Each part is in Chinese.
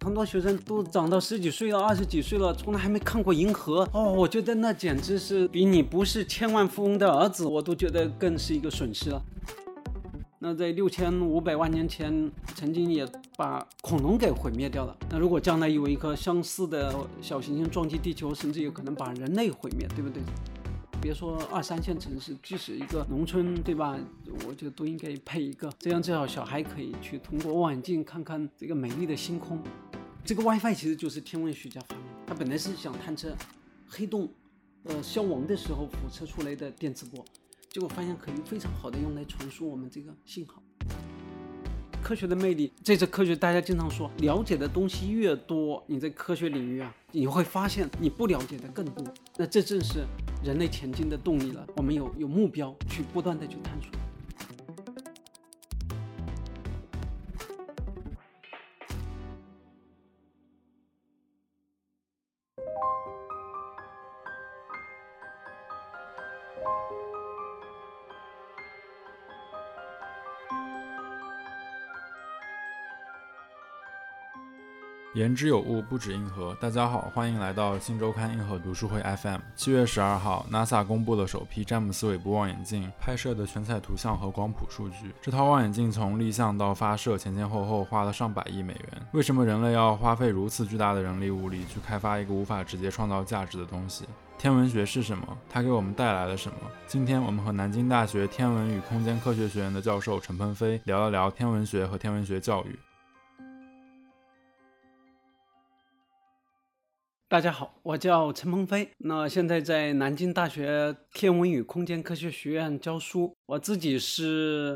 很多学生都长到10几岁了、20几岁了，从来还没看过银河哦。我觉得那简直是比你不是千万富翁的儿子，我都觉得更是一个损失了。那在6500万年前，曾经也把恐龙给毁灭掉了。那如果将来有一颗相似的小行星撞击地球，甚至有可能把人类毁灭，对不对？别说2、3线城市，即使一个农村，对吧？我觉得都应该配一个，这样至少小孩可以去通过望远镜看看这个美丽的星空。这个 WiFi 其实就是天文学家发明的，他本来是想探测黑洞消亡的时候辐射出来的电磁波，结果发现可以非常好的用来传输我们这个信号。科学的魅力，这次科学大家经常说，了解的东西越多，你在科学领域啊，你会发现你不了解的更多。那这正是人类前进的动力了。我们有目标去不断的去探索。 言之有物，不止硬核。大家好，欢迎来到新周刊硬核读书会 FM。7月12号 ，NASA 公布了首批詹姆斯韦伯望远镜拍摄的全彩图像和光谱数据。这套望远镜从立项到发射前前后后花了上百亿美元。为什么人类要花费如此巨大的人力物力去开发一个无法直接创造价值的东西？天文学是什么？它给我们带来了什么？今天我们和南京大学天文与空间科学学院的教授陈鹏飞聊了聊天文学和天文学教育。 大家好，我叫陈鹏飞，那现在在南京大学天文与空间科学学院教书。我自己是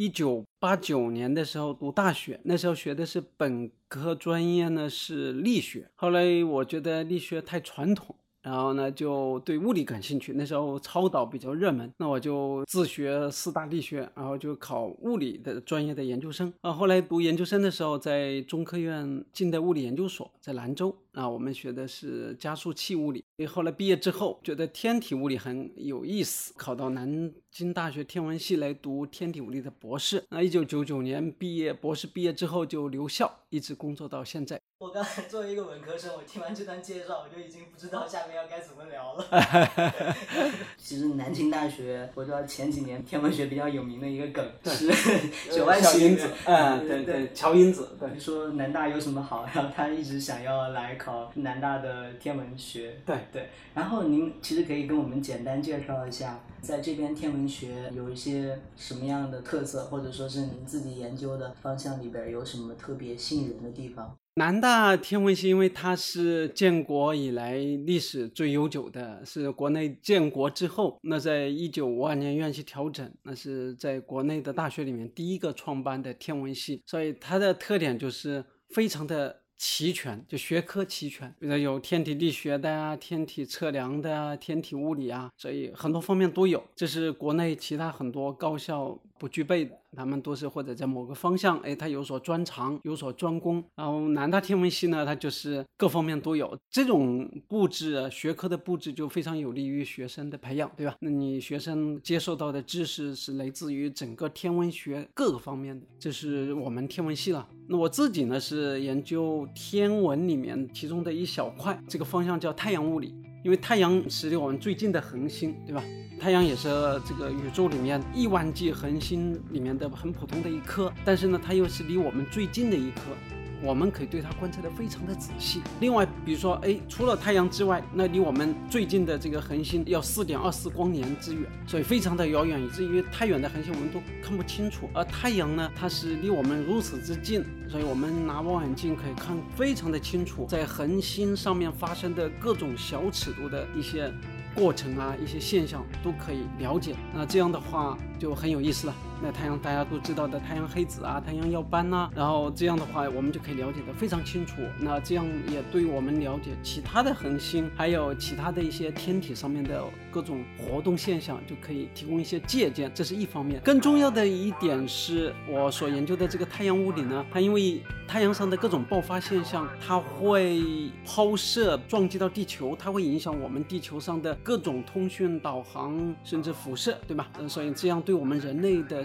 1989年的时候读大学，那时候学的是本科专业呢是力学，后来我觉得力学太传统，然后呢就对物理感兴趣，那时候超导比较热门，那我就自学4大力学，然后就考物理的专业的研究生。后来读研究生的时候，在中科院近代物理研究所，在兰州，我们学的是加速器物理。后来毕业之后觉得天体物理很有意思，考到南京大学天文系来读天体物理的博士。那1999年毕业，博士毕业之后就留校，一直工作到现在。 我刚才作为一个文科生，我听完这段介绍，我就已经不知道下面要该怎么聊了。其实南京大学，我知道前几年天文学比较有名的一个梗是9万乔因子，对，乔因子，对， 说南大有什么好，然后他一直想要来考南大的天文学。对，然后您其实可以跟我们简单介绍一下，在这边天文学有一些什么样的特色，或者说是您自己研究的方向里边有什么特别吸引人的地方？ 南大天文系因为它是建国以来历史最悠久的，是国内建国之后，那在1952年院系调整，那是在国内的大学里面第一个创办的天文系，所以它的特点就是非常的齐全，就学科齐全，比如有天体力学的啊，天体测量的啊，天体物理啊，所以很多方面都有，这是国内其他很多高校不具备的，他们都是或者在某个方向他有所专长，有所专攻。然后南大天文系呢，它就是各方面都有，这种布置学科的布置就非常有利于学生的培养，对吧？那你学生接受到的知识是来自于整个天文学各个方面的，这是我们天文系了。那我自己呢是研究天文里面其中的一小块，这个方向叫太阳物理，因为太阳是离我们最近的恒星，对吧？太阳也是这个宇宙里面亿万计恒星里面的很普通的一颗，但是呢它又是离我们最近的一颗，我们可以对它观测得非常的仔细。另外比如说除了太阳之外，那离我们最近的这个恒星要4.24光年之远，所以非常的遥远，以至于太远的恒星我们都看不清楚。而太阳呢，它是离我们如此之近，所以我们拿望远镜可以看非常的清楚，在恒星上面发生的各种小尺度的一些过程啊，一些现象都可以了解。那这样的话就很有意思了。那太阳大家都知道的太阳黑子啊，太阳耀斑啊，然后这样的话我们就可以了解得非常清楚。那这样也对我们了解其他的恒星还有其他的一些天体上面的各种活动现象就可以提供一些借鉴，这是一方面。更重要的一点是我所研究的这个太阳物理呢，它因为太阳上的各种爆发现象，它会抛射撞击到地球，它会影响我们地球上的各种通讯导航甚至辐射，对吧？所以这样对我们人类的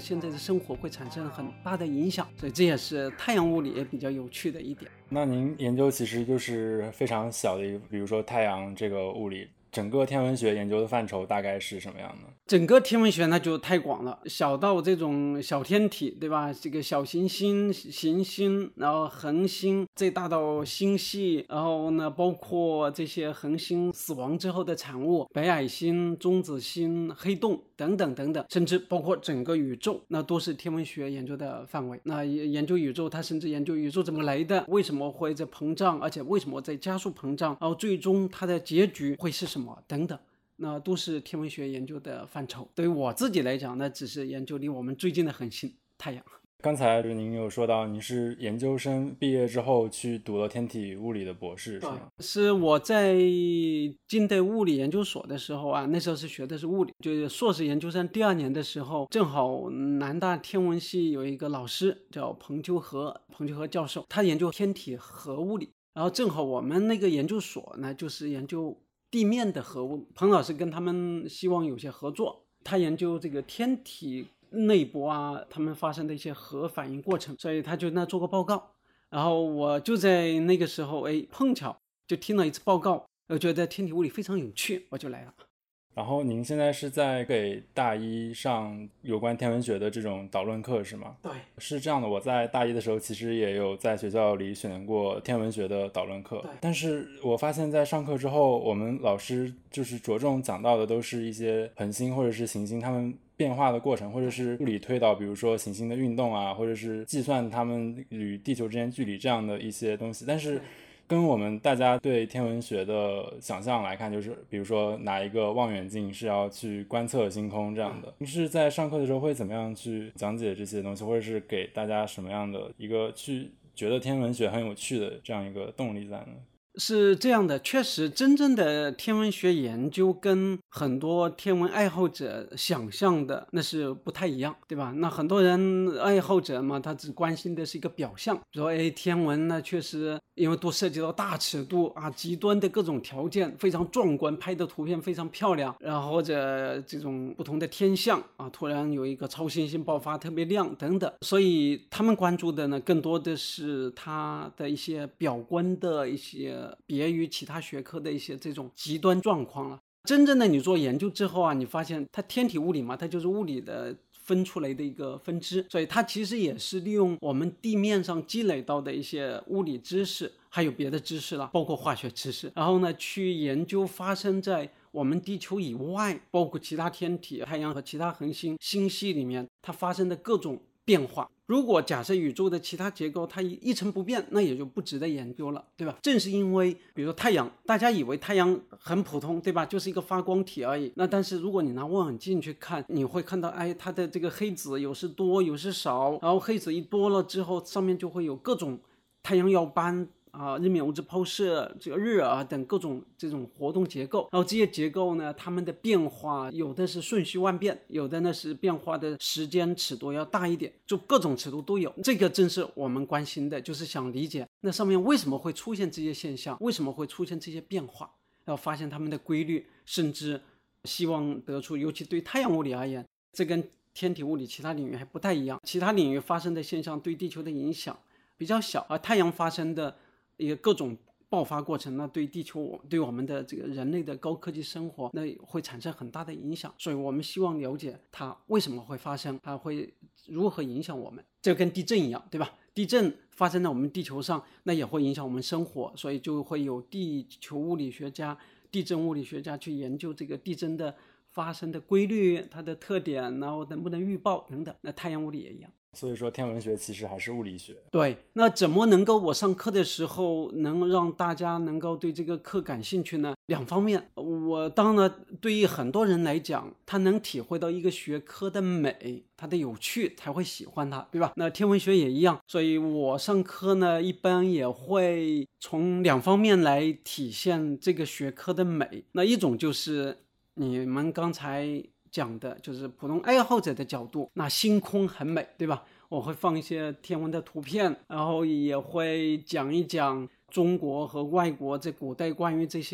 现在的生活会产生很大的影响，所以这也是太阳物理也比较有趣的一点。 那您研究其实就是非常小的一个，比如说太阳这个物理，整个天文学研究的范畴大概是什么样的？ 整个天文学那就太广了，小到这种小天体，对吧？这个小行星、行星，然后恒星，再大到星系，然后呢，包括这些恒星死亡之后的产物，北矮星、中子星、黑洞等等等等，甚至包括整个宇宙，那都是天文学研究的范围。那研究宇宙，它甚至研究宇宙怎么来的，为什么会在膨胀，而且为什么在加速膨胀，然后最终它的结局会是什么等等。那都是天文学研究的范畴。对于我自己来讲，那只是研究离我们最近的恒星太阳。 刚才您有说到您是研究生毕业之后去读了天体物理的博士，是吗？ 是我在近代物理研究所的时候啊，那时候是学的是物理，就是硕士研究生第2年的时候，正好南大天文系有一个老师叫彭秋和教授，他研究天体核物理，然后正好我们那个研究所呢就是研究地面的核物，彭老师跟他们希望有些合作，他研究这个天体内部啊，他们发生的一些核反应过程，所以他就那做个报告，然后我就在那个时候碰巧就听了一次报告，我觉得天体物理非常有趣，我就来了。 然后您现在是在给大一上有关天文学的这种导论课是吗？ 对， 是这样的，我在大一的时候其实也有在学校里选过天文学的导论课，但是我发现在上课之后，我们老师就是着重讲到的都是一些恒星或者是行星它们变化的过程，或者是物理推导，比如说行星的运动啊，或者是计算它们与地球之间距离这样的一些东西，但是跟我们大家对天文学的想象来看，就是比如说拿一个望远镜是要去观测星空这样的。您是在上课的时候会怎么样去讲解这些东西，或者是给大家什么样的一个去觉得天文学很有趣的这样一个动力在呢？ 是这样的，确实真正的天文学研究跟很多天文爱好者想象的那是不太一样，对吧？那很多人爱好者嘛，他只关心的是一个表象，比如说天文呢确实因为都涉及到大尺度啊，极端的各种条件，非常壮观，拍的图片非常漂亮，然后或者这种不同的天象啊，突然有一个超新星爆发特别亮等等，所以他们关注的呢更多的是它的一些表观的一些别于其他学科的一些这种极端状况了。真正的你做研究之后啊，你发现它天体物理嘛，它就是物理的分出来的一个分支，所以它其实也是利用我们地面上积累到的一些物理知识，还有别的知识了，包括化学知识，然后呢去研究发生在我们地球以外，包括其他天体、太阳和其他恒星、星系里面它发生的各种变化。如果假设宇宙的其他结构它一成不变，那也就不值得研究了，对吧？正是因为比如说太阳，大家以为太阳很普通，对吧？就是一个发光体而已，那但是如果你拿望远镜去看，你会看到它的这个黑子有时多有时少，然后黑子一多了之后，上面就会有各种太阳耀斑啊、日冕物质抛射、这个日啊等各种这种活动结构，然后这些结构呢，它们的变化有的是瞬息万变，有的呢是变化的时间尺度要大一点，就各种尺度都有。这个正是我们关心的，就是想理解那上面为什么会出现这些现象，为什么会出现这些变化，要发现它们的规律，甚至希望得出，尤其对太阳物理而言，这跟天体物理其他领域还不太一样，其他领域发生的现象对地球的影响比较小，而太阳发生的一个各种爆发过程，那对地球对我们的这个人类的高科技生活那会产生很大的影响，所以我们希望了解它为什么会发生，它会如何影响我们。这跟地震一样，对吧？地震发生在我们地球上，那也会影响我们生活，所以就会有地球物理学家、地震物理学家去研究这个地震的发生的规律、它的特点，然后能不能预报等等。那太阳物理也一样。 所以说天文学其实还是物理学。 对，那怎么能够我上课的时候能让大家能够对这个课感兴趣呢？两方面，我当然对于很多人来讲，他能体会到一个学科的美，它的有趣才会喜欢它，对吧？那天文学也一样，所以我上课呢一般也会从两方面来体现这个学科的美。那一种就是你们刚才讲的，就是普通爱好者的角度，那星空很美，对吧？我会放一些天文的图片，然后也会讲一讲中国和外国在古代关于这些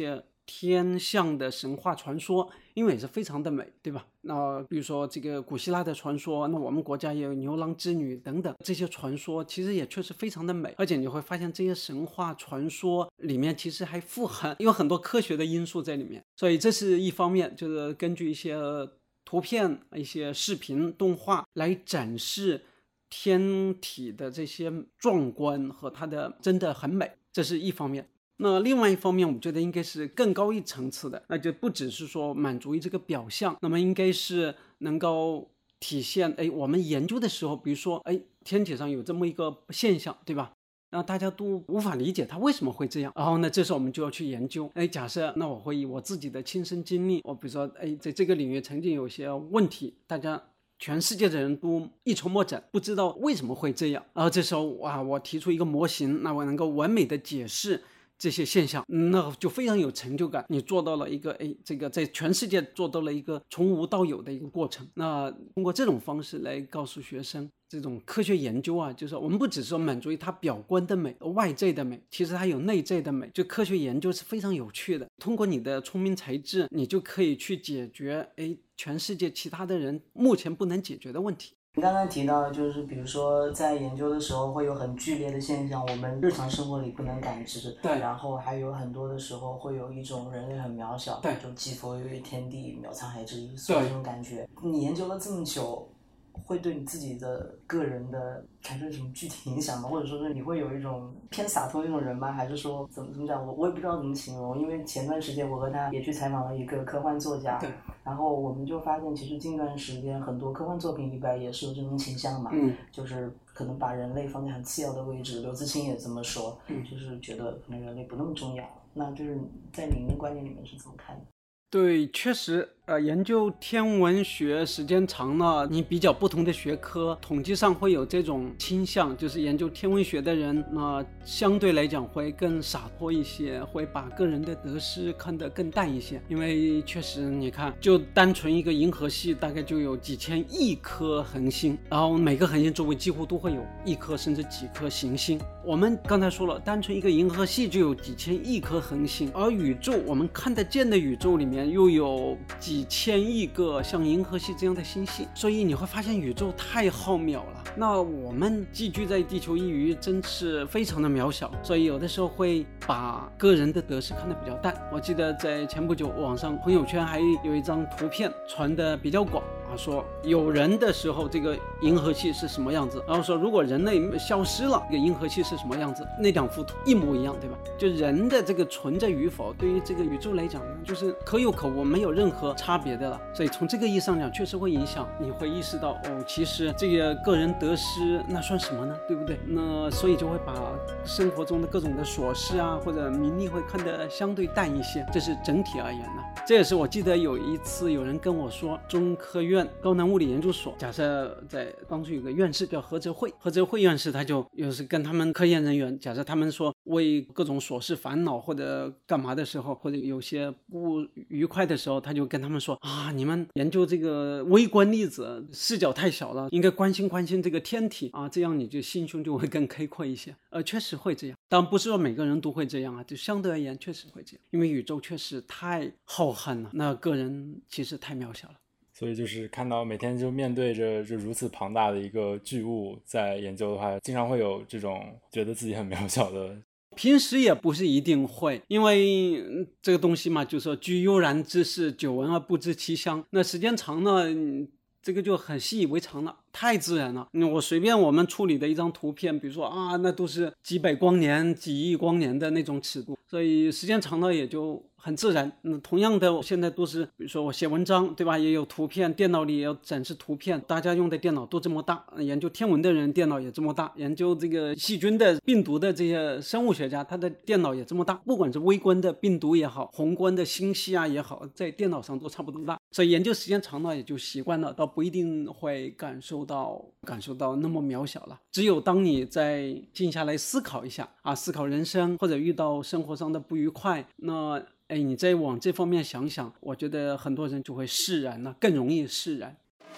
天象的神话传说，因为也是非常的美，对吧？那比如说这个古希腊的传说，那我们国家也有牛郎织女等等，这些传说其实也确实非常的美，而且你会发现这些神话传说里面其实还富含有很多科学的因素在里面，所以这是一方面，就是根据一些图片、一些视频、动画来展示天体的这些壮观和它的真的很美，这是一方面。那另外一方面，我觉得应该是更高一层次的，那就不只是说满足于这个表象，那么应该是能够体现，我们研究的时候，比如说，天体上有这么一个现象，对吧？那大家都无法理解它为什么会这样，然后呢，这时候我们就要去研究。假设那我会以我自己的亲身经历，我比如说，在这个领域曾经有些问题，大家全世界的人都一筹莫展，不知道为什么会这样。然后这时候我提出一个模型，那我能够完美的解释这些现象，那就非常有成就感。你做到了一个这个在全世界做到了一个从无到有的一个过程。那通过这种方式来告诉学生，这种科学研究啊，就是我们不只说满足于它表观的美、外在的美，其实它有内在的美。就科学研究是非常有趣的，通过你的聪明才智，你就可以去解决全世界其他的人目前不能解决的问题。 你刚刚提到就是比如说在研究的时候会有很剧烈的现象，我们日常生活里不能感知， 对， 然后还有很多的时候会有一种人类很渺小， 对， 就寄佛于天地，渺沧海之一粟这种感觉。你研究了这么久，会对你自己的个人的产生什么具体影响吗？或者说是你会有一种偏洒脱那种人吗？还是说怎么讲？我也不知道怎么形容，因为前段时间我和他也去采访了一个科幻作家， 对， 然后我们就发现其实近段时间很多科幻作品里边也是有这种倾向嘛，就是可能把人类放在很次要的位置。刘慈欣也这么说，就是觉得可能人类不那么重要。那就是在您的观点里面是怎么看的？ 对，确实，研究天文学时间长了，你比较不同的学科，统计上会有这种倾向，就是研究天文学的人，那相对来讲会更洒脱一些，会把个人的得失看得更淡一些。因为确实，你看，就单纯一个银河系，大概就有几千亿颗恒星，然后每个恒星周围几乎都会有一颗甚至几颗行星。我们刚才说了，单纯一个银河系就有几千亿颗恒星，而宇宙，我们看得见的宇宙里面又有几千亿个像银河系这样的星系，所以你会发现宇宙太浩渺了。那我们寄居在地球一隅，真是非常的渺小，所以有的时候会把个人的得失看得比较淡。我记得在前不久，网上朋友圈还有一张图片传得比较广。说有人的时候这个银河系是什么样子，然后说如果人类消失了，这个银河系是什么样子，那两幅图一模一样，对吧？就人的这个存在与否对于这个宇宙来讲就是可有可无，没有任何差别的了。所以从这个意义上讲确实会影响，你会意识到其实这个个人得失那算什么呢，对不对？那所以就会把生活中的各种的琐事啊或者名利会看得相对淡一些，这是整体而言呢。这也是我记得有一次有人跟我说，中科院高能物理研究所，假设在当初有个院士叫何泽慧院士，他就有时跟他们科研人员，假设他们说为各种琐事烦恼或者干嘛的时候，或者有些不愉快的时候，他就跟他们说你们研究这个微观粒子视角太小了，应该关心关心这个天体这样你就心胸就会更开阔一些。确实会这样，当然不是说每个人都会这样就相对而言确实会这样，因为宇宙确实太浩瀚了，那个人其实太渺小了。 所以就是看到每天就面对着就如此庞大的一个巨物在研究的话，经常会有这种觉得自己很渺小的。 平时也不是一定会，因为这个东西嘛，就是说居悠然之室，久闻而不知其香。那时间长了，这个就很习以为常了，太自然了。我随便我们处理的一张图片，比如说那都是几百光年、几亿光年的那种尺度，所以时间长了也就很自然。同样的，现在都是比如说我写文章，对吧？也有图片，电脑里也有展示图片，大家用的电脑都这么大，研究天文的人电脑也这么大，研究这个细菌的、病毒的这些生物学家，他的电脑也这么大。不管是微观的病毒也好，宏观的星系也好，在电脑上都差不多大。所以研究时间长了也就习惯了，倒不一定会感受到那么渺小了。只有当你在静下来思考一下思考人生，或者遇到生活上的不愉快，那你再往这方面想想，我觉得很多人就会释然了，更容易释然。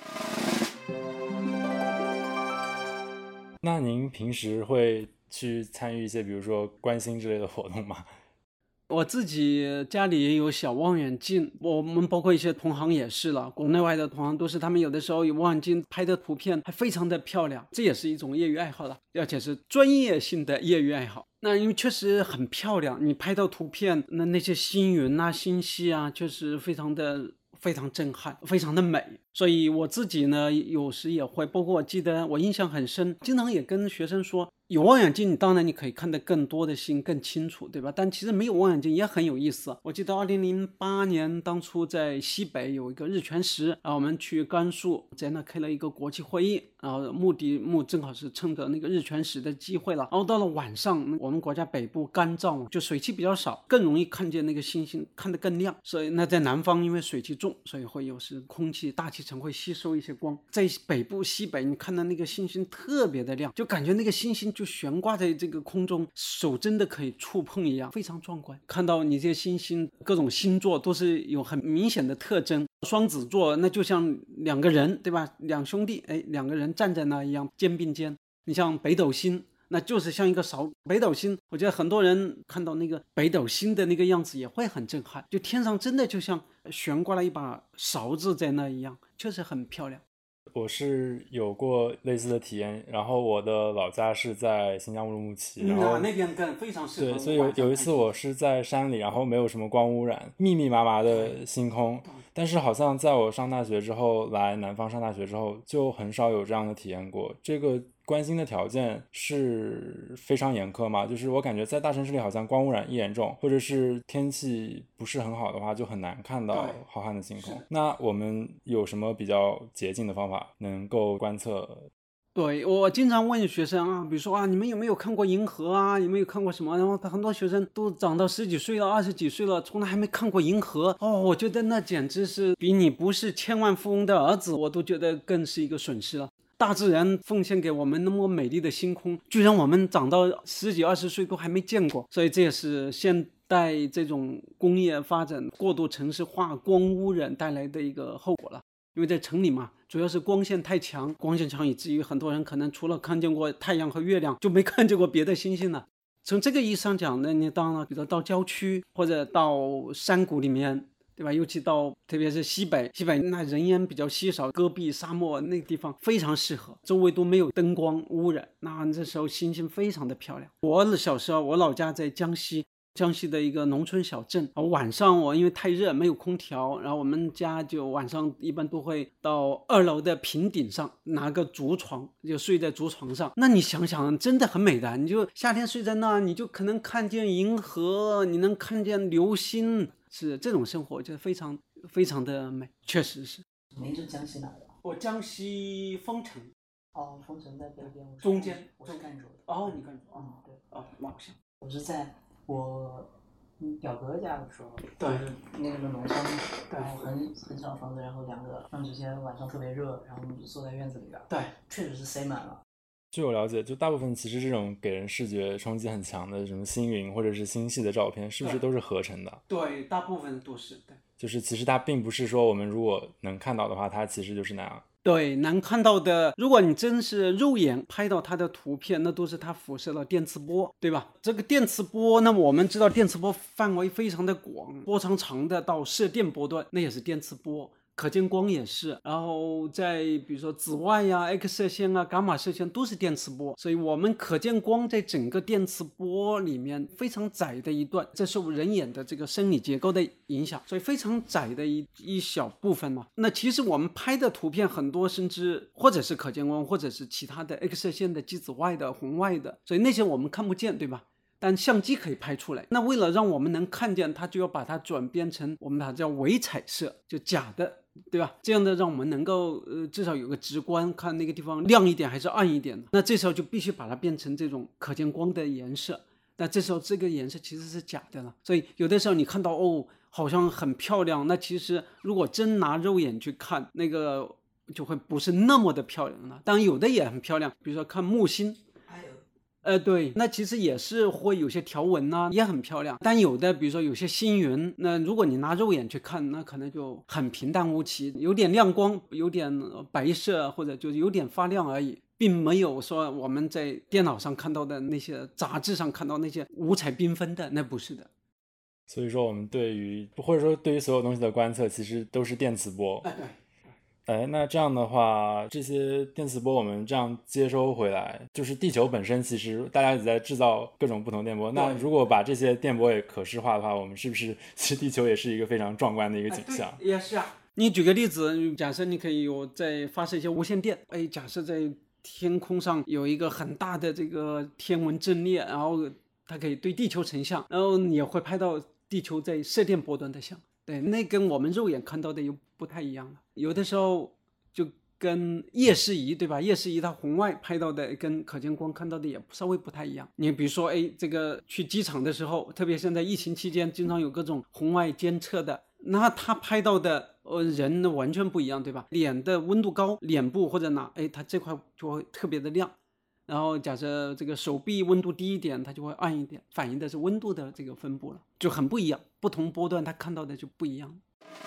那您平时会去参与一些比如说观星之类的活动吗？ 我自己家里也有小望远镜，我们包括一些同行也是了，国内外的同行都是，他们有的时候有望远镜拍的图片还非常的漂亮，这也是一种业余爱好了，而且是专业性的业余爱好。那因为确实很漂亮，你拍到图片，那些星云啊、星系啊，确实非常震撼，非常的美。所以我自己呢，有时也会，包括我记得我印象很深，经常也跟学生说，有望远镜当然你可以看得更多的星更清楚，对吧？但其实没有望远镜也很有意思。我记得2008年当初在西北有一个日全食啊，我们去甘肃在那开了一个国际会议，然后目正好是趁着那个日全食的机会了。然后到了晚上，我们国家北部干燥嘛，就水汽比较少，更容易看见那个星星，看得更亮。所以那在南方因为水汽重，所以会有时空气大气层会吸收一些光，在北部西北你看到那个星星特别的亮，就感觉那个星星就悬挂在这个空中，手真的可以触碰一样，非常壮观。看到你这些星星各种星座都是有很明显的特征，双子座那就像两个人，对吧？两兄弟，两个人站在那一样，肩并肩。你像北斗星，那就是像一个勺。北斗星我觉得很多人看到那个北斗星的那个样子也会很震撼，就天上真的就像悬挂了一把勺子在那一样，确实很漂亮。 我是有过类似的体验，然后我的老家是在新疆乌鲁木齐，然后那边更非常适合。 对，所以有一次我是在山里，然后没有什么光污染，密密麻麻的星空，但是好像在我上大学之后，来南方上大学之后，就很少有这样的体验过。这个关心的条件是非常严苛嘛，就是我感觉在大城市里好像光污染一严重，或者是天气不是很好的话，就很难看到浩瀚的星空。那我们有什么比较捷径的方法能够观测？ 对，我经常问学生啊，比如说啊，你们有没有看过银河啊？有没有看过什么？然后很多学生都长到10几岁了、20几岁了，从来还没看过银河。我觉得那简直是比你不是千万富翁的儿子，我都觉得更是一个损失了。大自然奉献给我们那么美丽的星空，居然我们长到10几20岁都还没见过，所以这也是现代这种工业发展、过度城市化、光污染带来的一个后果了。因为在城里嘛，主要是光线太强，光线强以至于很多人可能除了看见过太阳和月亮，就没看见过别的星星了。从这个意义上讲呢，你当然比如到郊区或者到山谷里面，对吧？尤其到特别是西北那人烟比较稀少，戈壁沙漠那个地方非常适合，周围都没有灯光污染，那这时候星星非常的漂亮。我小时候我老家在江西的一个农村小镇，晚上我因为太热没有空调，然后我们家就晚上一般都会到2楼的平顶上拿个竹床，就睡在竹床上。那你想想真的很美的，你就夏天睡在那，你就可能看见银河，你能看见流星，是这种生活就非常非常的美，确实是。 您是江西哪的？ 我江西丰城。 丰城在北边， 中间， 我是赣州的。 你赣州对。 老乡。 我是在我表哥家的时候， 对， 那个农村，然后很小房子，然后2个，之前晚上特别热，然后我们就坐在院子里边，对，确实是塞满了。 据我了解，就大部分其实这种给人视觉冲击很强的什么星云或者是星系的照片，是不是都是合成的？ 对，大部分都是。对， 就是其实它并不是说我们如果能看到的话，它其实就是那样。 对，能看到的，如果你真是肉眼拍到它的图片，那都是它辐射了电磁波，对吧？这个电磁波，那么我们知道电磁波范围非常的广，波长长的到射电波段，那也是电磁波。可见光也是，然后在比如说紫外呀、X 射线啊、伽马射线都是电磁波，所以我们可见光在整个电磁波里面非常窄的一段，这受人眼的这个生理结构的影响，所以非常窄的一小部分嘛。那其实我们拍的图片很多甚至或者是可见光，或者是其他的 X 射线的、极紫外的、红外的，所以那些我们看不见，对吧？但相机可以拍出来。那为了让我们能看见它，就要把它转变成我们把它叫伪彩色，就假的，对吧？这样的让我们能够至少有个直观，看那个地方亮一点还是暗一点。那这时候就必须把它变成这种可见光的颜色，那这时候这个颜色其实是假的了。所以有的时候你看到好像很漂亮，那其实如果真拿肉眼去看，那个就会不是那么的漂亮了。当然有的也很漂亮，比如说看木星，对，那其实也是会有些条纹啊，也很漂亮。但有的比如说有些星云，那如果你拿肉眼去看，那可能就很平淡无奇，有点亮光，有点白色，或者就有点发亮而已，并没有说我们在电脑上看到的那些杂志上看到那些五彩缤纷的，那不是的。 所以说我们对于或者说对于所有东西的观测其实都是电磁波。 对。 那这样的话，这些电磁波我们这样接收回来，就是地球本身其实大家也在制造各种不同电波，那如果把这些电波也可视化的话，我们是不是其实地球也是一个非常壮观的一个景象？ 也是啊。你举个例子，假设你可以有在发射一些无线电，假设在天空上有一个很大的这个天文阵列，然后它可以对地球成像，然后你也会拍到地球在射电波段的像。对，那跟我们肉眼看到的又不太一样了。有的时候就跟夜视仪，对吧？夜视仪它红外拍到的跟可见光看到的也稍微不太一样。你比如说，这个去机场的时候，特别现在疫情期间，经常有各种红外监测的，那它拍到的人完全不一样，对吧？脸的温度高，脸部或者哪，它这块就会特别的亮。然后假设这个手臂温度低一点，它就会暗一点，反映的是温度的这个分布了，就很不一样。不同波段它看到的就不一样。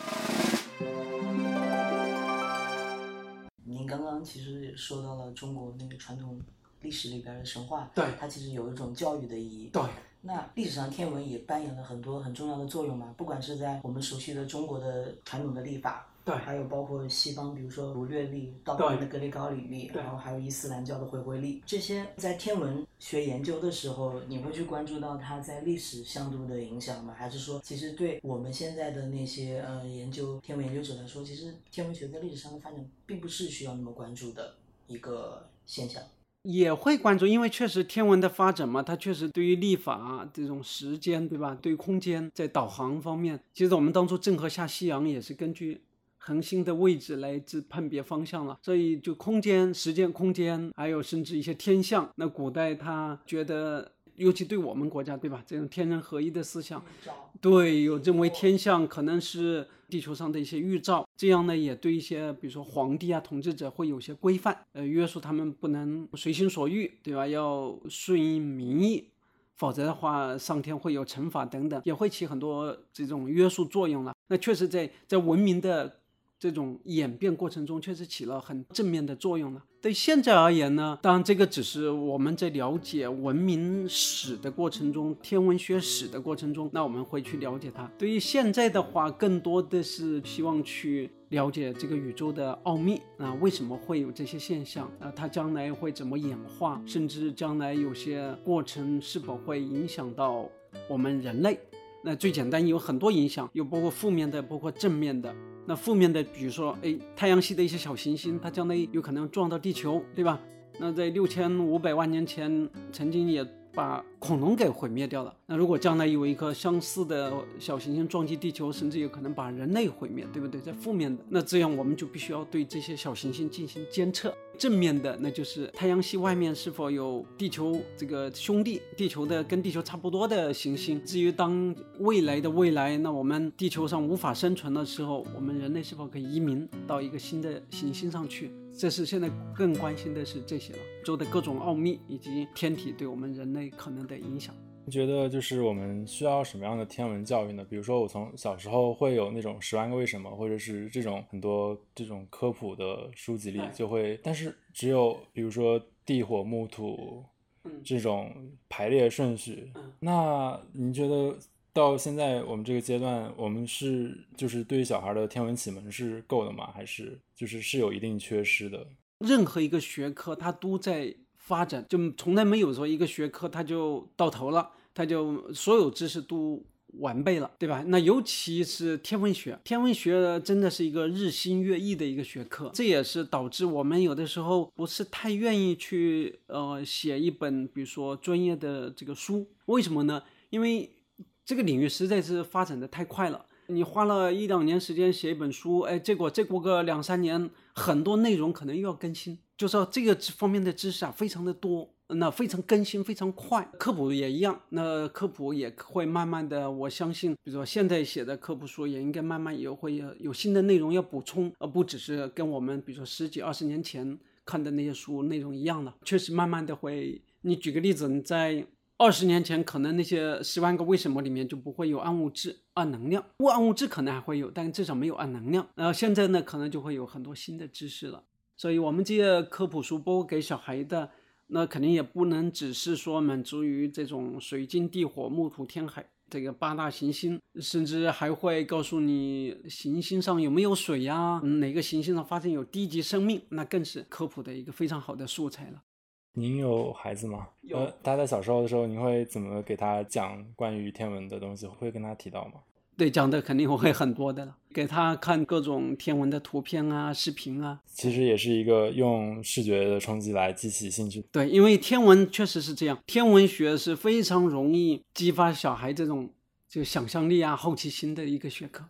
您刚刚其实也说到了中国那个传统历史里边的神话， 对， 它其实有一种教育的意义。 对， 那历史上天文也扮演了很多很重要的作用嘛，不管是在我们熟悉的中国的传统的历法， 对， 还有包括西方，比如说儒略历、道光的格里高里历，然后还有伊斯兰教的回归历，这些在天文学研究的时候，你会去关注到它在历史向度的影响吗？还是说，其实对我们现在的那些研究天文研究者来说，其实天文学在历史上的发展并不是需要那么关注的一个现象？ 也会关注，因为确实天文的发展嘛，它确实对于历法这种时间，对吧？对于空间在导航方面，其实我们当初郑和下西洋也是根据恒星的位置来判别方向了，所以就空间、时间、空间，还有甚至一些天象，那古代他觉得，尤其对我们国家，对吧？这种天人合一的思想，对，有认为天象可能是地球上的一些预兆，这样呢也对一些比如说皇帝啊统治者会有些规范，约束他们不能随心所欲，对吧？要顺应民意，否则的话上天会有惩罚等等，也会起很多这种约束作用了。那确实在文明的这种演变过程中确实起了很正面的作用了。对现在而言呢，当然这个只是我们在了解文明史的过程中，天文学史的过程中，那我们会去了解它。对于现在的话，更多的是希望去了解这个宇宙的奥秘啊，为什么会有这些现象啊？它将来会怎么演化，甚至将来有些过程是否会影响到我们人类。那最简单有很多影响，有包括负面的，包括正面的。那负面的，比如说太阳系的一些小行星，它将来有可能撞到地球，对吧？那在6500万年前曾经也把恐龙给毁灭掉了。那如果将来有一颗相似的小行星撞击地球，甚至有可能把人类毁灭，对不对？在负面的，那这样我们就必须要对这些小行星进行监测。正面的，那就是太阳系外面是否有地球这个兄弟，地球的跟地球差不多的行星。至于当未来，那我们地球上无法生存的时候，我们人类是否可以移民到一个新的行星上去？这是现在更关心的是这些了，宇宙的各种奥秘以及天体对我们人类可能的影响。 你觉得就是我们需要什么样的天文教育呢？比如说我从小时候会有那种10万个为什么，或者是这种很多这种科普的书籍里就会，但是只有比如说地火木土这种排列顺序。那你觉得到现在我们这个阶段，我们是就是对于小孩的天文启蒙是够的吗？还是就是有一定缺失的？ 任何一个学科它都在发展，就从来没有说一个学科它就到头了，它就所有知识都完备了，对吧？那尤其是天文学，天文学真的是一个日新月异的一个学科，这也是导致我们有的时候不是太愿意去写一本比如说专业的这个书。为什么呢？因为这个领域实在是发展的太快了，你花了1-2年时间写一本书，结果再过个2-3年，很多内容可能又要更新，就是说这个方面的知识啊非常的多，那非常更新非常快。科普也一样，那科普也会慢慢的，我相信比如说现在写的科普书也应该慢慢也会有新的内容要补充，而不只是跟我们比如说10几20年前看的那些书内容一样了。确实慢慢的会，你举个例子，你在20年前可能那些10万个为什么里面就不会有暗物质、暗能量，暗物质可能还会有，但至少没有暗能量。然后现在呢可能就会有很多新的知识了。所以我们这些科普书包括给小孩的，那肯定也不能只是说满足于这种水金地火木土天海这个8大行星，甚至还会告诉你行星上有没有水呀，哪个行星上发现有低级生命，那更是科普的一个非常好的素材了。 您有孩子吗？ 有。 他在小时候的时候，您会怎么给他讲关于天文的东西？会跟他提到吗？ 对，讲的肯定会很多的了，给他看各种天文的图片啊、视频啊。 其实也是一个用视觉的冲击来激起兴趣。 对，因为天文确实是这样，天文学是非常容易激发小孩这种就想象力啊、好奇心的一个学科。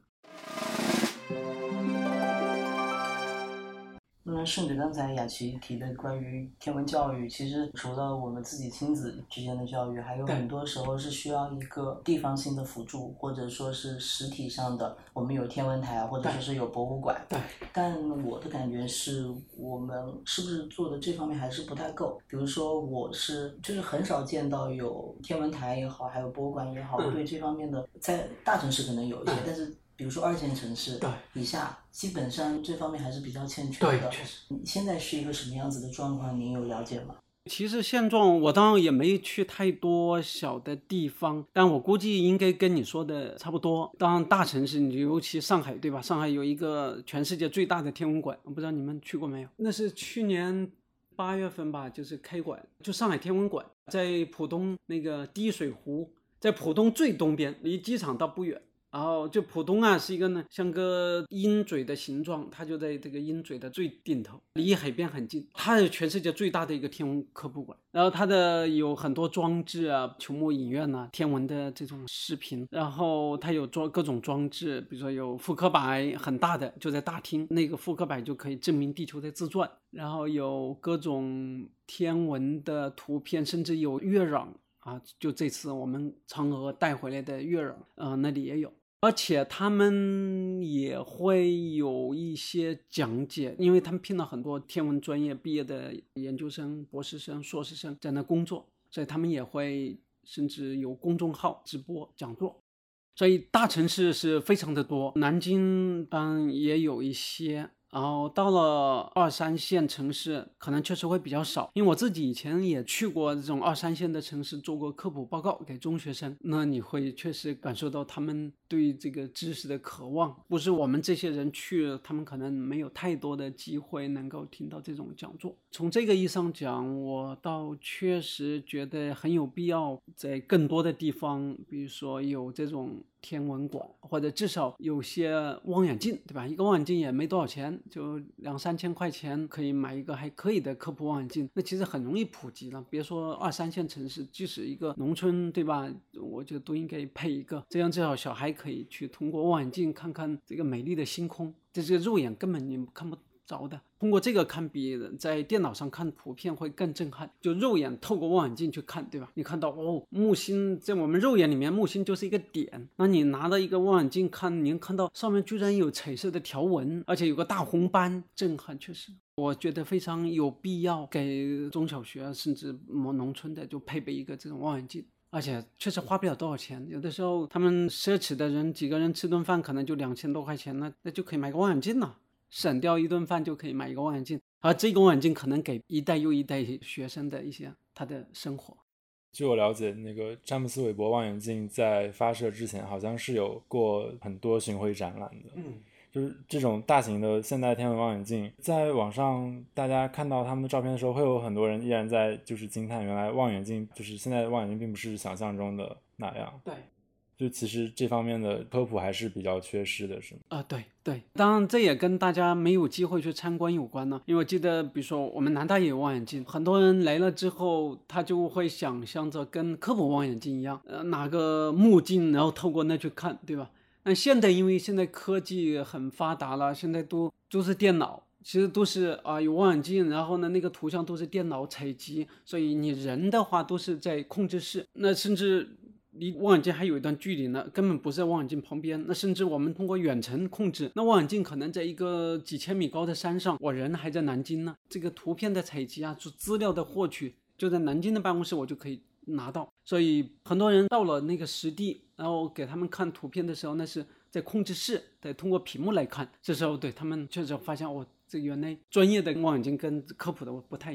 那顺着刚才雅琪提的关于天文教育，其实除了我们自己亲子之间的教育，还有很多时候是需要一个地方性的辅助，或者说是实体上的。我们有天文台啊，或者说是有博物馆。 对。 但我的感觉是，我们是不是做的这方面还是不太够？比如说，就是很少见到有天文台也好，还有博物馆也好，对这方面的，在大城市可能有一些，但是比如说2线城市以下，基本上这方面还是比较欠缺的。 对，确实。 现在是一个什么样子的状况？您有了解吗？ 其实现状我当然也没去太多小的地方，但我估计应该跟你说的差不多。当然大城市，尤其上海，对吧？上海有一个全世界最大的天文馆，我不知道你们去过没有？那是去年8月份吧，就是开馆，就上海天文馆，在浦东那个滴水湖，在浦东最东边，离机场倒不远。然后就浦东啊，是一个呢像个鹰嘴的形状，它就在这个鹰嘴的最顶头，离海边很近。它是全世界最大的一个天文科普馆，然后它的有很多装置啊，球幕影院啊，天文的这种视频，然后它有各种装置，比如说有复刻摆很大的，就在大厅，那个复刻摆就可以证明地球在自转，然后有各种天文的图片，甚至有月壤啊，就这次我们嫦娥带回来的月壤，那里也有。而且他们也会有一些讲解，因为他们聘了很多天文专业毕业的研究生、博士生、硕士生在那工作，所以他们也会甚至有公众号直播讲座。所以大城市是非常的多，南京也有一些，然后到了2、3线城市可能确实会比较少，因为我自己以前也去过这种2、3线的城市做过科普报告给中学生，那你会确实感受到他们对这个知识的渴望，不是我们这些人去，他们可能没有太多的机会能够听到这种讲座。从这个意义上讲，我倒确实觉得很有必要在更多的地方，比如说有这种天文馆，或者至少有些望远镜，对吧？一个望远镜也没多少钱，就2、3千块钱可以买一个还可以的科普望远镜，那其实很容易普及了。别说2、3线城市，即使一个农村，对吧？我觉得都应该配一个，这样至少小孩可以去通过望远镜看看这个美丽的星空，这是肉眼根本你看不着的，通过这个看比在电脑上看图片会更震撼，就肉眼透过望远镜去看，对吧？你看到木星在我们肉眼里面，木星就是一个点，那你拿到一个望远镜看，您看到上面居然有彩色的条纹，而且有个大红斑，震撼确实。我觉得非常有必要给中小学甚至农村的就配备一个这种望远镜，而且确实花不了多少钱，有的时候他们奢侈的人几个人吃顿饭可能就2000多块钱，那就可以买个望远镜了，省掉一顿饭就可以买一个望远镜，而这个望远镜可能给一代又一代学生的一些他的生活。 据我了解，那个詹姆斯韦伯望远镜在发射之前好像是有过很多巡回展览的。就是这种大型的现代天文望远镜，在网上大家看到他们的照片的时候，会有很多人依然在就是惊叹，原来望远镜就是现在的望远镜并不是想象中的那样。 对， 就其实这方面的科普还是比较缺失的，是吗？ 对，当然这也跟大家没有机会去参观有关呢。因为我记得比如说我们南大也有望远镜，很多人来了之后他就会想象着跟科普望远镜一样，拿个目镜然后透过那去看，对吧？那现在因为现在科技很发达了，现在都是电脑，其实都是有望远镜，然后呢那个图像都是电脑采集，所以你人的话都是在控制室，那甚至离望远镜还有一段距离呢，根本不是在望远镜旁边，那甚至我们通过远程控制，那望远镜可能在一个几千米高的山上，我人还在南京呢，这个图片的采集啊，资料的获取就在南京的办公室我就可以拿到，所以很多人到了那个实地，然后给他们看图片的时候，那是在控制室，得通过屏幕来看，这时候对他们确实发现这原来专业的望远镜跟科普的不太一样。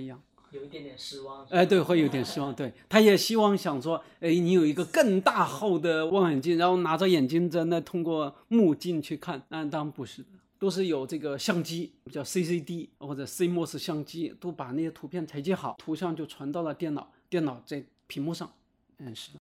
有一点点失望。 对，会有点失望。对，他也希望想说，你有一个更大厚的望远镜，然后拿着眼镜在那通过目镜去看。当然不是的，都是有这个相机，叫 CCD 或者 CMOS 相机，都把那些图片裁接好，图像就传到了电脑，电脑在屏幕上。是。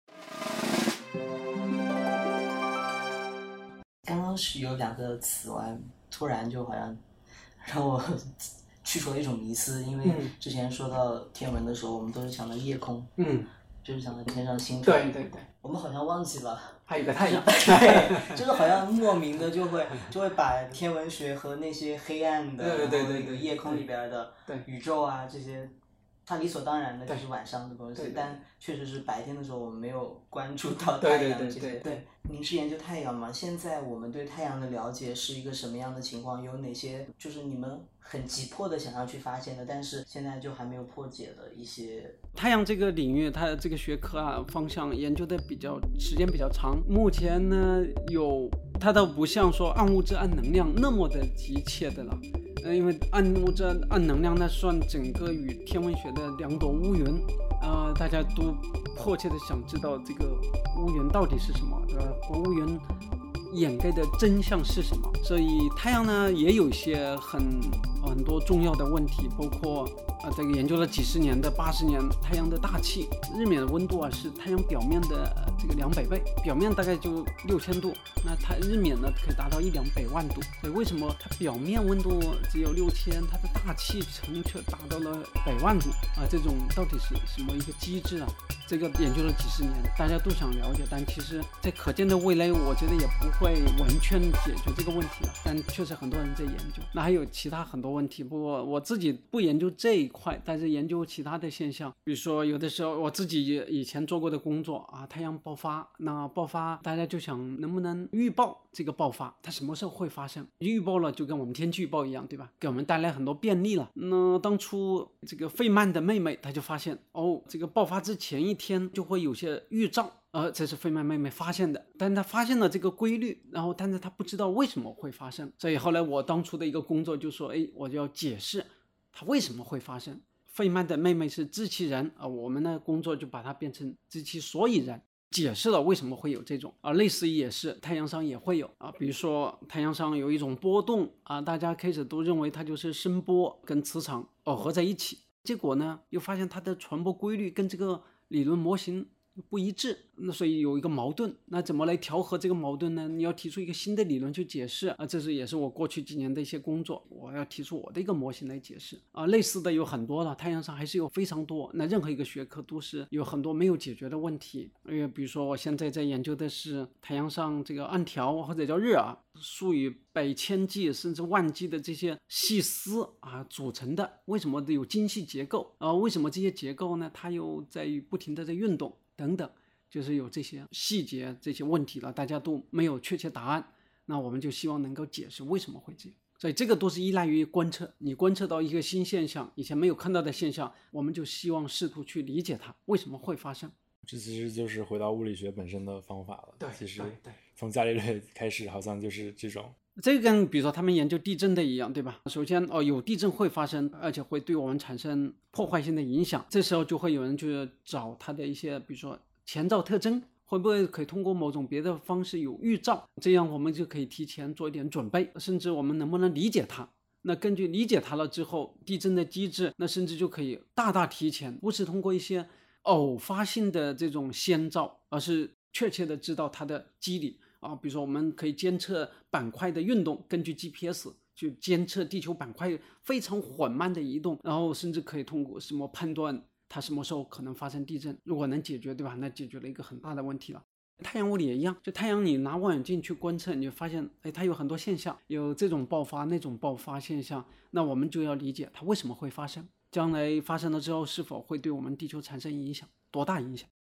刚刚是有2个词，我突然就好像让我去除了一种迷思，因为之前说到天文的时候，我们都是想到夜空，就是想到天上星辰， 对， 我们好像忘记了还有个太阳， 对，就是好像莫名的就会把天文学和那些黑暗的，对，夜空里边的宇宙啊这些。它理所当然的就是晚上的东西，但确实是白天的时候我们没有关注到太阳这些。对，您是研究太阳吗？现在我们对太阳的了解是一个什么样的情况？有哪些就是你们很急迫的想要去发现的，但是现在就还没有破解的一些？ 太阳这个领域，它这个学科啊方向研究的时间比较长。目前呢，它倒不像说暗物质、暗能量那么的急切的了。因为暗物质、暗能量呢，算整个与天文学的2朵乌云，大家都迫切的想知道这个乌云到底是什么，对吧？乌云掩盖的真相是什么？所以太阳呢，也有一些很多重要的问题，包括这个研究了几十年的80年太阳的大气，日冕的温度啊是太阳表面的这个200倍，表面大概就6000度，那它日冕呢可以达到100-200万度。所以为什么它表面温度只有6000，它的大气层却达到了100万度啊？这种到底是什么一个机制啊？这个研究了几十年，大家都想了解，但其实在可见的未来，我觉得也不会完全解决这个问题了。但确实很多人在研究，那还有其他很多问题。不过我自己不研究这一块，但是研究其他的现象，比如说有的时候我自己以前做过的工作啊，太阳爆发，那爆发大家就想能不能预报这个爆发，它什么时候会发生？预报了就跟我们天气预报一样，对吧？给我们带来很多便利了。那当初这个费曼的妹妹，她就发现这个爆发之前一天就会有些预兆，这是费曼妹妹发现的，但她发现了这个规律，然后但是她不知道为什么会发生，所以后来我当初的一个工作就说，我就要解释它为什么会发生。费曼的妹妹是知其然我们的工作就把它变成知其所以然，解释了为什么会有这种类似于也是太阳上也会有比如说太阳上有一种波动大家开始都认为它就是声波跟磁场合在一起，结果呢又发现它的传播规律跟这个理论模型不一致，那所以有一个矛盾，那怎么来调和这个矛盾呢？你要提出一个新的理论去解释这也是我过去几年的一些工作，我要提出我的一个模型来解释类似的有很多了，太阳上还是有非常多，那任何一个学科都是有很多没有解决的问题。因为比如说我现在在研究的是太阳上这个暗条或者叫日数以百千计甚至万计的这些细丝组成的，为什么有精细结构为什么这些结构呢它又在不停的在运动等等，就是有这些细节这些问题了，大家都没有确切答案，那我们就希望能够解释为什么会这样。所以这个都是依赖于观测，你观测到一个新现象，以前没有看到的现象，我们就希望试图去理解它为什么会发生。 这其实就是回到物理学本身的方法了。 对， 其实从伽利略开始好像就是这种， 这个跟比如说他们研究地震的一样，对吧？首先有地震会发生，而且会对我们产生破坏性的影响，这时候就会有人去找它的一些比如说前兆特征，会不会可以通过某种别的方式有预兆，这样我们就可以提前做一点准备，甚至我们能不能理解它，那根据理解它了之后，地震的机制那甚至就可以大大提前，不是通过一些偶发性的这种先兆，而是确切的知道它的机理比如说我们可以监测板块的运动，根据 GPS 去监测地球板块非常缓慢的移动，然后甚至可以通过什么判断它什么时候可能发生地震，如果能解决，对吧？那解决了一个很大的问题了。太阳物理也一样，就太阳你拿望远镜去观测，你就发现它有很多现象，有这种爆发那种爆发现象，那我们就要理解它为什么会发生，将来发生了之后是否会对我们地球产生影响，多大影响。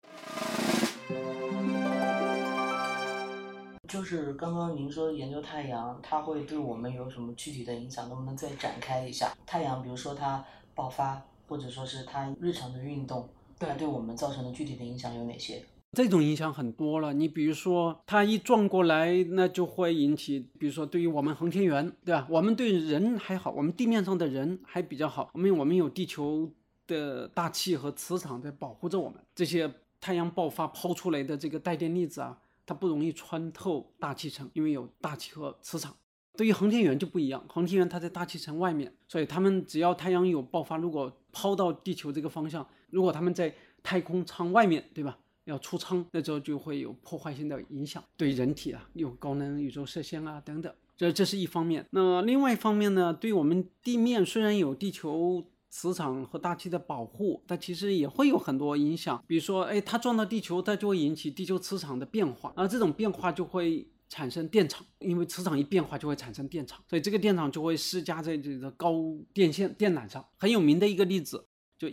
就是刚刚您说研究太阳它会对我们有什么具体的影响，能不能再展开一下？太阳比如说它爆发或者说是它日常的运动，它对我们造成的具体的影响有哪些？ 这种影响很多了，你比如说它一撞过来，那就会引起，比如说对于我们航天员，对吧？我们对人还好，我们地面上的人还比较好，我们有地球的大气和磁场在保护着我们。这些太阳爆发抛出来的这个带电粒子啊，它不容易穿透大气层，因为有大气和磁场。对于航天员就不一样，航天员他在大气层外面，所以他们只要太阳有爆发，如果抛到地球这个方向，如果他们在太空舱外面，对吧，要出舱，那时候就会有破坏性的影响，对人体啊有高能宇宙射线啊等等，这是一方面。那另外一方面呢，对我们地面虽然有地球磁场和大气的保护，但其实也会有很多影响。比如说它撞到地球，它就会引起地球磁场的变化，而这种变化就会产生电场，因为磁场一变化就会产生电场，所以这个电场就会施加在这个高电线电缆上。很有名的一个例子，就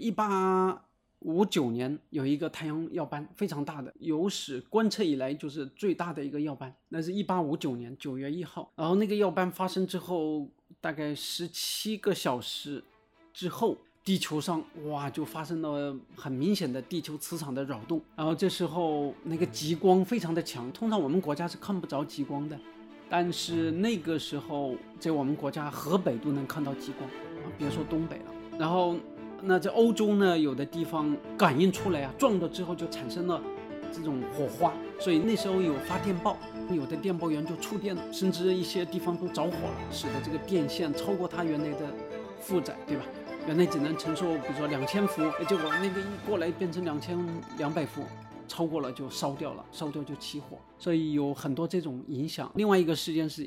1859年有一个太阳耀斑，非常大的，有史观测以来就是最大的一个耀斑，那是1859年9月1号。然后那个耀斑发生之后大概17个小时之后，地球上就发生了很明显的地球磁场的扰动，然后这时候那个极光非常的强，通常我们国家是看不着极光的，但是那个时候在我们国家河北都能看到极光别说东北了。然后那在欧洲呢，有的地方感应出来撞到之后就产生了这种火花，所以那时候有发电报，有的电报员就触电了，甚至一些地方都着火了，使得这个电线超过它原来的负载，对吧？原来只能承受比如说2000伏，结果那个一过来变成2200伏，超过了就烧掉了，烧掉就起火，所以有很多这种影响。另外一个事件是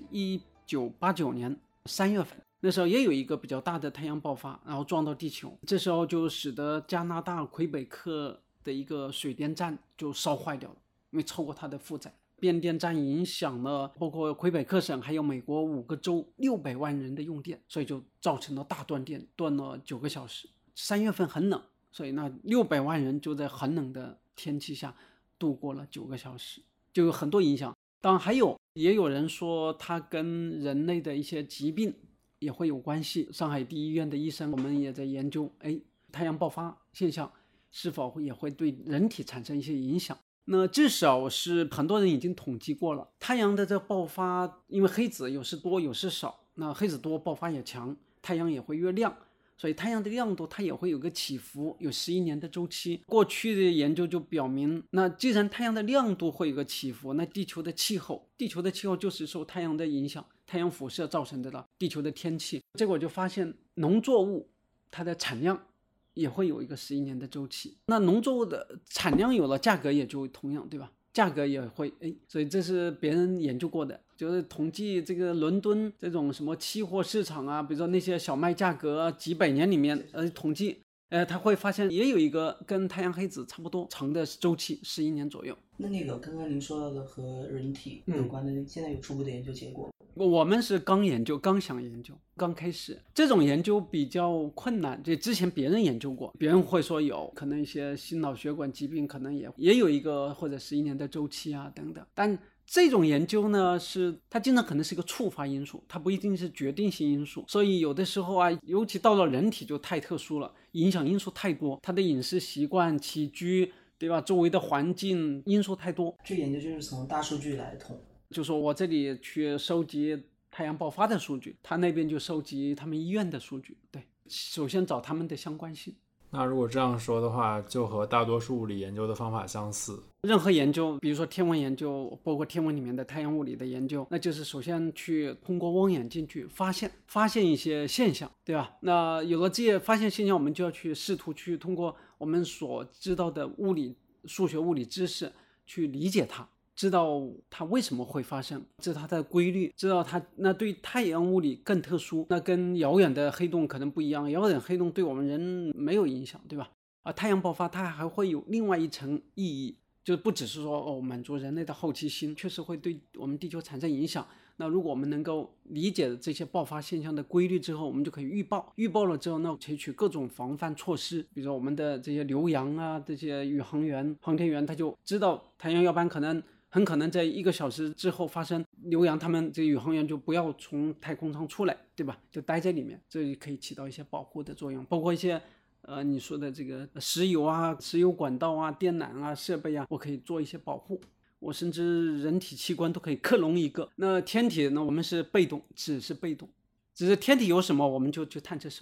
1989年3月份，那时候也有一个比较大的太阳爆发，然后撞到地球，这时候就使得加拿大魁北克的一个水电站就烧坏掉了，因为超过它的负载。变电站影响了包括魁北克省还有美国5个州600万人的用电，所以就造成了大断电，断了9个小时。3月份很冷，所以那600万人就在很冷的天气下度过了9个小时，就有很多影响。当然也有人说它跟人类的一些疾病也会有关系。上海第一医院的医生我们也在研究太阳爆发现象是否也会对人体产生一些影响。那至少是很多人已经统计过了，太阳的这爆发，因为黑子有时多有时少，那黑子多爆发也强，太阳也会越亮，所以太阳的亮度它也会有个起伏，有11年的周期。过去的研究就表明，那既然太阳的亮度会有个起伏，那地球的气候就是受太阳的影响，太阳辐射造成的了地球的天气。结果就发现农作物它的产量也会有一个11年的周期，那农作物的产量有了，价格也就同样，对吧？价格也会所以这是别人研究过的，就是统计这个伦敦这种什么期货市场啊，比如说那些小麦价格几百年里面统计他会发现也有一个跟太阳黑子差不多长的周期，11年左右。 那个刚刚您说到的和人体有关的现在有初步的研究结果？ 我们是刚想研究，刚开始。这种研究比较困难，这之前别人研究过，别人会说有可能一些心脑血管疾病可能也有一个或者11年的周期啊等等。但这种研究呢，它经常可能是一个触发因素，它不一定是决定性因素，所以有的时候尤其到了人体就太特殊了，影响因素太多，他的饮食习惯、起居，对吧？周围的环境因素太多。 这研究就是从大数据来统， 就说我这里去收集太阳爆发的数据，他那边就收集他们医院的数据，对，首先找他们的相关性。 那如果这样说的话，就和大多数物理研究的方法相似。 任何研究，比如说天文研究，包括天文里面的太阳物理的研究，那就是首先去通过望远镜去发现一些现象，对吧？那有了这些发现现象，我们就要去试图去通过我们所知道的数学物理知识去理解它，知道它为什么会发生，知道它的规律，知道它那对太阳物理更特殊，那跟遥远的黑洞可能不一样，遥远黑洞对我们人没有影响，对吧？太阳爆发它还会有另外一层意义，就不只是说满足人类的好奇心，确实会对我们地球产生影响。那如果我们能够理解这些爆发现象的规律之后，我们就可以预报了之后，那采取各种防范措施，比如说我们的这些留洋啊，这些宇航员、航天员，他就知道太阳耀斑很可能在1个小时之后发生，留洋他们这个宇航员就不要从太空舱出来，对吧？就待在里面，这可以起到一些保护的作用，包括一些你说的这个石油管道啊、电缆啊、设备啊，我可以做一些保护。我甚至人体器官都可以克隆一个。那天体呢，我们是被动，只是被动，只是天体有什么我们就去探测什么。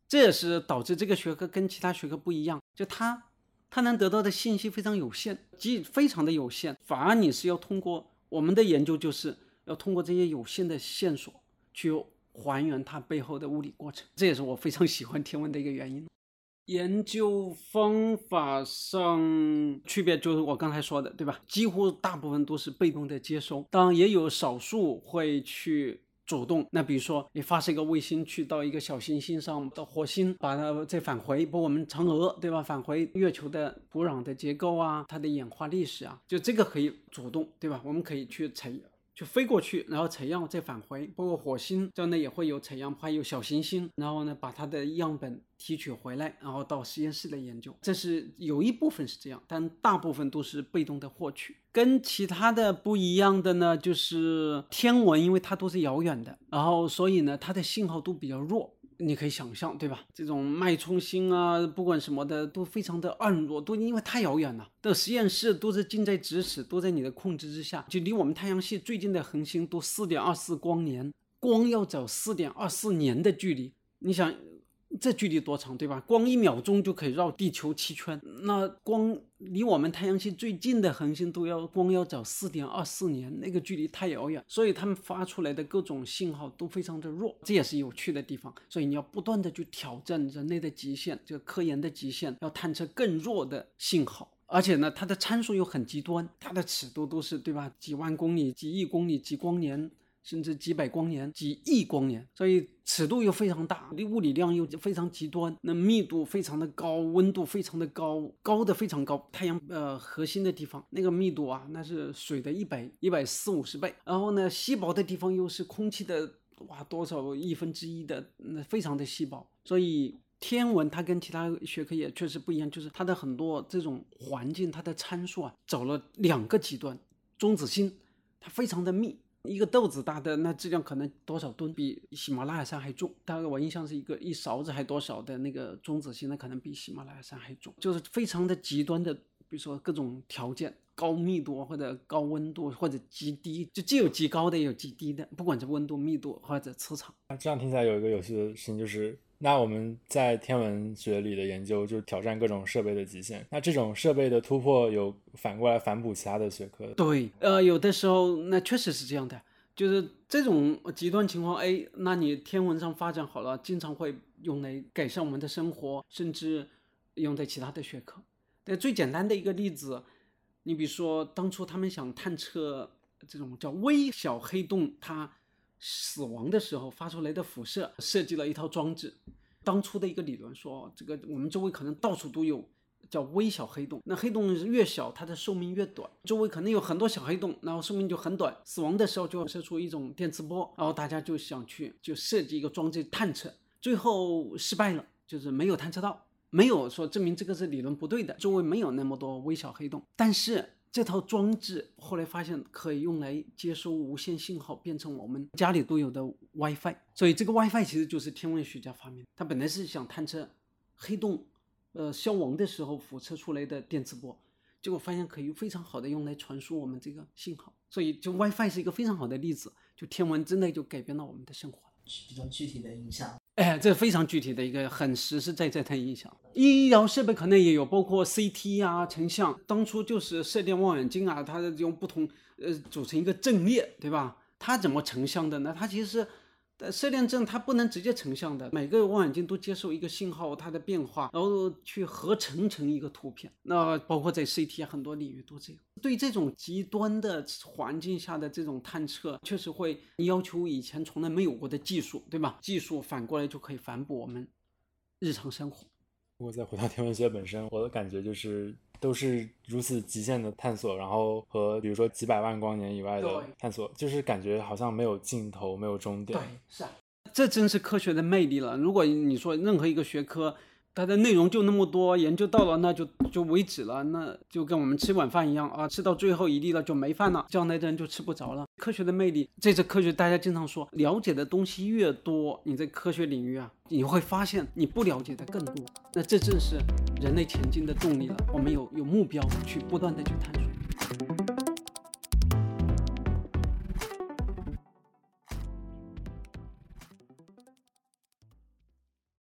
这也是导致这个学科跟其他学科不一样，就它能得到的信息非常有限，非常的有限，反而你是要通过我们的研究，就是要通过这些有限的线索去还原它背后的物理过程，这也是我非常喜欢天文的一个原因。研究方法上区别就是我刚才说的，对吧？几乎大部分都是被动的接收，当然也有少数会去主动。那比如说你发射一个卫星去到一个小行星上，到火星，把它再返回，包括我们嫦娥，对吧？返回月球的土壤的结构啊，它的演化历史啊，就这个可以主动，对吧？我们可以去飞过去，然后采样再返回，包括火星这样呢也会有采样，还有小行星，然后呢把它的样本提取回来，然后到实验室的研究。这是有一部分是这样，但大部分都是被动的获取。跟其他的不一样的呢，就是天文，因为它都是遥远的，然后所以呢它的信号都比较弱。你可以想象，对吧？这种脉冲星啊，不管什么的，都非常的暗弱，都因为太遥远了。的实验室都是近在咫尺，都在你的控制之下。就离我们太阳系最近的恒星都4.24光年，光要走4.24年的距离，你想这距离多长，对吧？光1秒钟就可以绕地球7圈，那光离我们太阳系最近的恒星光要走4.24年，那个距离太遥远，所以他们发出来的各种信号都非常的弱，这也是有趣的地方。所以你要不断的去挑战人类的极限，这个科研的极限，要探测更弱的信号。而且呢，它的参数又很极端，它的尺度都是，对吧？几万公里、几亿公里、几光年，甚至几百光年、几亿光年，所以尺度又非常大，物理量又非常极端，那密度非常的高，温度非常的高，高的非常高。太阳核心的地方那个密度啊，那是水的140-150倍。然后呢，稀薄的地方又是空气的多少1/1的，那非常的稀薄。所以天文它跟其他学科也确实不一样，就是它的很多这种环境，它的参数啊走了2个极端。中子星它非常的密，一个豆子大的那质量可能多少吨，比喜马拉雅山还重。大概我印象是一勺子还多少的那个中子星，那可能比喜马拉雅山还重，就是非常的极端的，比如说各种条件，高密度或者高温度或者极低，就既有极高的也有极低的，不管是温度、密度或者磁场。 这样听起来有一个有趣的事情，就是那我们在天文学里的研究就挑战各种设备的极限，那这种设备的突破有反过来反哺其他的学科？ 对，有的时候那确实是这样的，就是这种极端情况，那你天文上发展好了，经常会用来改善我们的生活，甚至用在其他的学科。但最简单的一个例子，你比如说当初他们想探测这种叫微小黑洞它死亡的时候发出来的辐射，设计了一套装置。当初的一个理论说，这个我们周围可能到处都有叫微小黑洞，那黑洞越小它的寿命越短，周围可能有很多小黑洞，然后寿命就很短，死亡的时候就射出一种电磁波，然后大家就想就设计一个装置探测，最后失败了，就是没有探测到，没有说证明这个是理论不对的，周围没有那么多微小黑洞。但是这套装置后来发现可以用来接收无线信号，变成我们家里都有的 WiFi。 所以这个 WiFi 其实就是天文学家发明，他本来是想探测黑洞消亡的时候辐射出来的电磁波，结果发现可以非常好的用来传输我们这个信号。所以就 WiFi 是一个非常好的例子，就天文真的就改变了我们的生活， 比较具体的影响。 这非常具体的一个很实实在在的影响。医疗设备可能也有，包括 CT 啊、成像，当初就是射电望远镜啊，它用不同组成一个阵列，对吧？它怎么成像的呢？它其实射电阵它不能直接成像的，每个望远镜都接受一个信号，它的变化，然后去合成成一个图片。那包括在 CT 很多领域都这样。对这种极端的环境下的这种探测，确实会要求以前从来没有过的技术，对吧？技术反过来就可以反哺我们日常生活。 如果再回到天文学本身，我的感觉就是都是如此极限的探索，然后和比如说几百万光年以外的探索，就是感觉好像没有尽头，没有终点。 对，是啊，这真是科学的魅力了。如果你说任何一个学科它的内容就那么多，研究到了那就为止了，那就跟我们吃晚饭一样啊，吃到最后一粒了就没饭了，这样的人就吃不着了。科学的魅力，这是科学，大家经常说，了解的东西越多，你在科学领域啊，你会发现你不了解的更多。那这正是人类前进的动力了。我们有目标去不断的去探索。